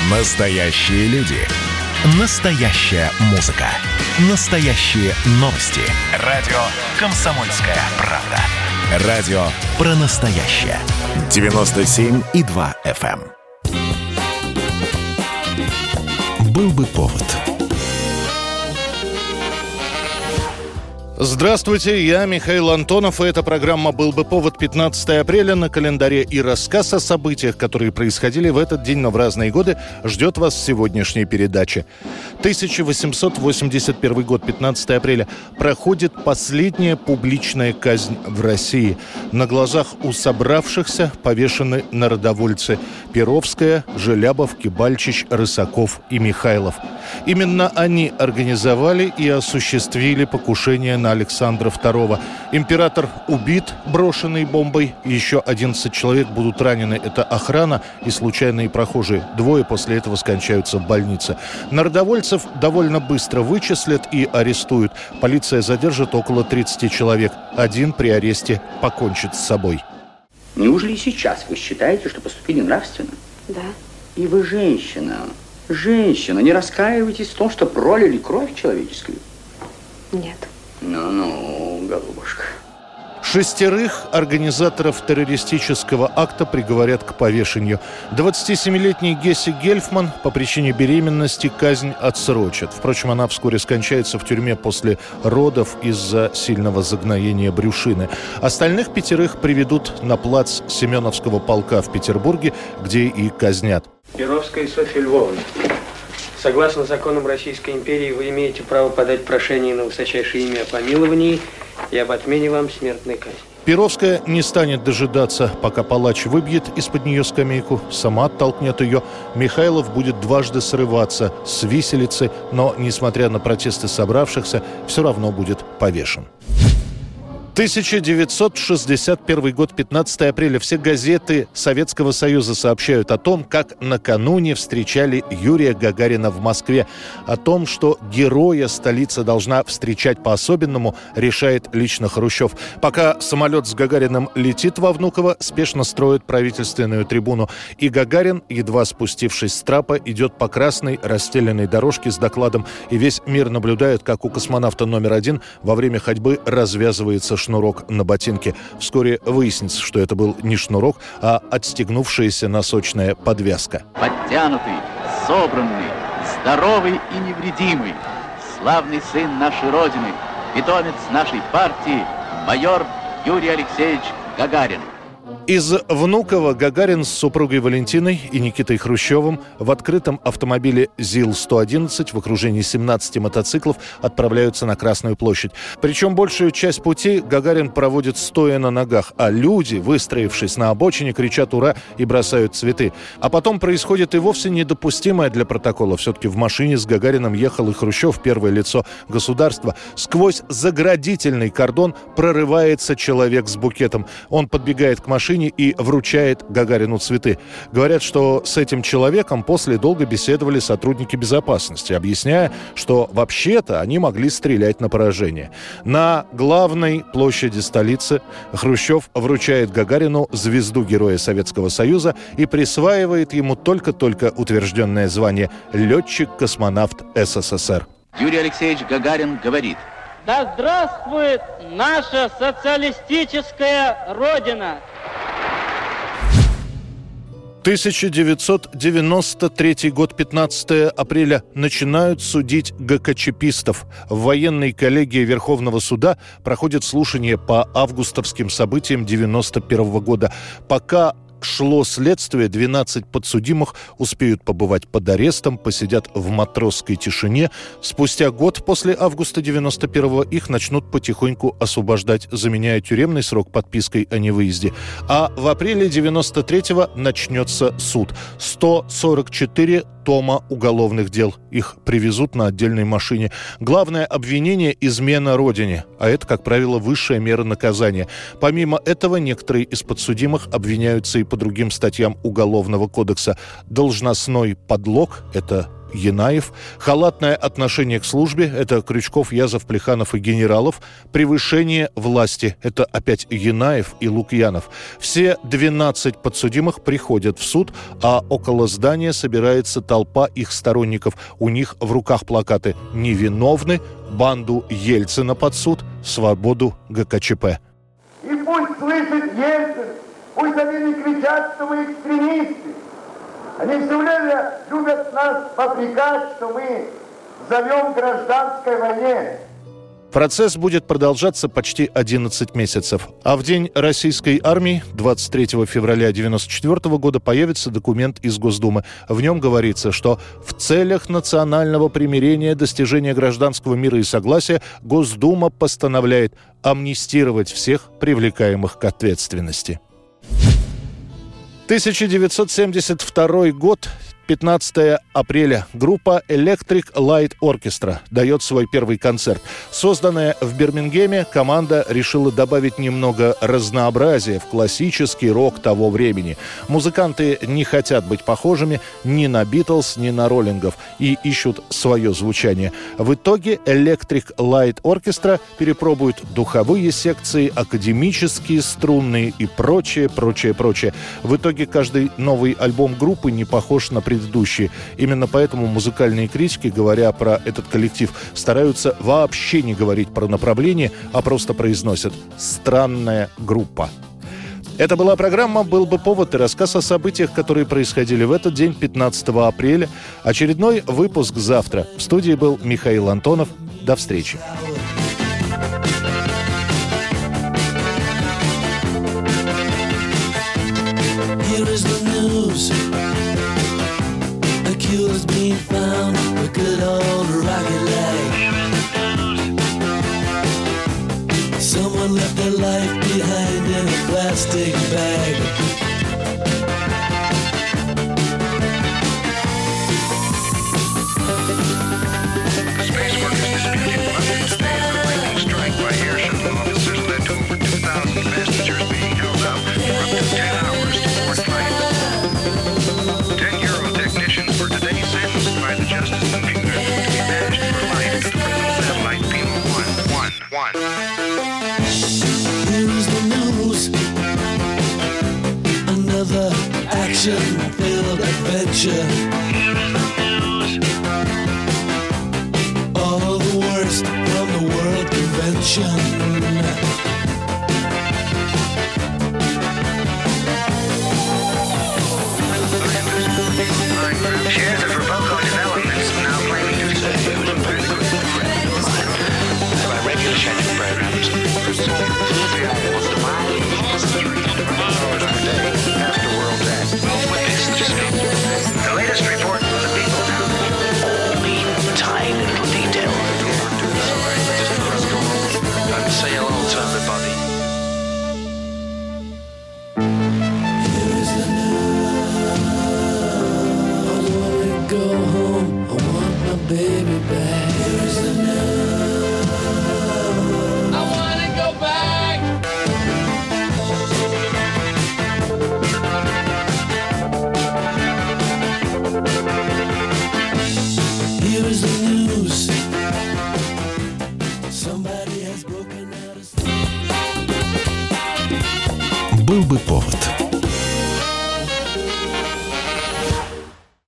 Настоящие люди. Настоящая музыка. Настоящие новости. Радио «Комсомольская правда». Радио про настоящее. 97,2 FM. Был бы повод. Здравствуйте, я Михаил Антонов, и эта программа «Был бы повод», 15 апреля на календаре, и рассказ о событиях, которые происходили в этот день, но в разные годы, ждет вас в сегодняшней передаче. 1881 год, 15 апреля, проходит последняя публичная казнь в России. На глазах у собравшихся повешены народовольцы Перовская, Желябов, Кибальчич, Рысаков и Михайлов. Именно они организовали и осуществили покушение на Александра II. Император убит брошенной бомбой. Еще 11 человек будут ранены. Это охрана и случайные прохожие. 2 после этого скончаются в больнице. Народовольцев довольно быстро вычислят и арестуют. Полиция задержит около 30 человек. 1 при аресте покончит с собой. Неужели и сейчас вы считаете, что поступили нравственно? Да. И вы женщина. Женщина, не раскаивайтесь в том, что пролили кровь человеческую? Нет. Ну, голубушка. 6 организаторов террористического акта приговорят к повешению. 27-летний Гесси Гельфман по причине беременности казнь отсрочат. Впрочем, она вскоре скончается в тюрьме после родов из-за сильного загноения брюшины. Остальных 5 приведут на плац Семеновского полка в Петербурге, где и казнят. Перовская Софья Львовна. Согласно законам Российской империи, вы имеете право подать прошение на высочайшее имя о помиловании и об отмене вам смертной казни. Перовская не станет дожидаться, пока палач выбьет из-под нее скамейку, сама оттолкнет ее. Михайлов будет дважды срываться с виселицы, но, несмотря на протесты собравшихся, все равно будет повешен. 1961 год, 15 апреля. Все газеты Советского Союза сообщают о том, как накануне встречали Юрия Гагарина в Москве. О том, что героя столица должна встречать по-особенному, решает лично Хрущев. Пока самолет с Гагариным летит во Внуково, спешно строят правительственную трибуну. И Гагарин, едва спустившись с трапа, идет по красной расстеленной дорожке с докладом. И весь мир наблюдает, как у космонавта номер 1 во время ходьбы развязывается шнурок на ботинке. Вскоре выяснится, что это был не шнурок, а отстегнувшаяся носочная подвязка. Подтянутый, собранный, здоровый и невредимый, славный сын нашей Родины, питомец нашей партии, майор Юрий Алексеевич Гагарин. Из Внуково Гагарин с супругой Валентиной и Никитой Хрущевым в открытом автомобиле ЗИЛ-111 в окружении 17 мотоциклов отправляются на Красную площадь. Причем большую часть пути Гагарин проводит стоя на ногах, а люди, выстроившись на обочине, кричат «Ура!» и бросают цветы. А потом происходит и вовсе недопустимое для протокола. Все-таки в машине с Гагарином ехал и Хрущев, первое лицо государства. Сквозь заградительный кордон прорывается человек с букетом. Он подбегает к машине и вручает Гагарину цветы. Говорят, что с этим человеком после долго беседовали сотрудники безопасности, объясняя, что вообще-то они могли стрелять на поражение. На главной площади столицы Хрущев вручает Гагарину звезду Героя Советского Союза и присваивает ему только-только утвержденное звание «Летчик-космонавт СССР». Юрий Алексеевич Гагарин говорит: «Да здравствует наша социалистическая Родина!» 1993 год, 15 апреля. Начинают судить ГКЧПистов. В военной коллегии Верховного суда проходит слушание по августовским событиям 1991 года. Пока шло следствие, 12 подсудимых успеют побывать под арестом, посидят в матросской тишине. Спустя год после августа 91-го их начнут потихоньку освобождать, заменяя тюремный срок подпиской о невыезде. А в апреле 93-го начнется суд. 144 тома уголовных дел. Их привезут на отдельной машине. Главное обвинение – измена Родине. А это, как правило, высшая мера наказания. Помимо этого, некоторые из подсудимых обвиняются и по другим статьям Уголовного кодекса. Должностной подлог – это Янаев. Халатное отношение к службе – это Крючков, Язов, Плеханов и Генералов. Превышение власти – это опять Янаев и Лукьянов. Все 12 подсудимых приходят в суд, а около здания собирается толпа их сторонников. У них в руках плакаты «Невиновны», «Банду Ельцина под суд», «Свободу ГКЧП». И пусть слышит Ельцин, пусть они не кричат, что мы экстремисты. Они все время любят нас попрекать, что мы зовем к гражданской войне. Процесс будет продолжаться почти 11 месяцев. А в День российской армии, 23 февраля 1994 года, появится документ из Госдумы. В нем говорится, что в целях национального примирения, достижения гражданского мира и согласия Госдума постановляет амнистировать всех привлекаемых к ответственности. 1972 год. 15 апреля. Группа Electric Light Orchestra дает свой первый концерт. Созданная в Бирмингеме, команда решила добавить немного разнообразия в классический рок того времени. Музыканты не хотят быть похожими ни на Битлз, ни на Роллингов и ищут свое звучание. В итоге Electric Light Orchestra перепробует духовые секции, академические, струнные и прочее. В итоге каждый новый альбом группы не похож на предыдущий. Именно поэтому музыкальные критики, говоря про этот коллектив, стараются вообще не говорить про направление, а просто произносят «странная группа». Это была программа «Был бы повод» и рассказ о событиях, которые происходили в этот день, 15 апреля. Очередной выпуск завтра. В студии был Михаил Антонов. До встречи. Cures being found, a good old rocket leg. Someone left their life behind in a plastic bag. Space work is disputed. Monday the lightning strike by air shuttle officers led to over 2,000 passengers being held up for up to 10 hours to board flights. 10-year-old technicians were today sentenced by the Justice Computer to be banished for life to the prison satellite Pima 111. Here's the news. Another action-filled adventure. All the worst from the World Convention. Shares of Roboco Developments now claiming to say it was a very good friend of mine. My regular scheduled programs. After World Day. The latest report from the people now. Mean, tiny little detail. I'd say hello to everybody. Go home, I want my baby back. Here's the news. I wanna go back. Here's the news. Somebody has broken out of... Был бы повод.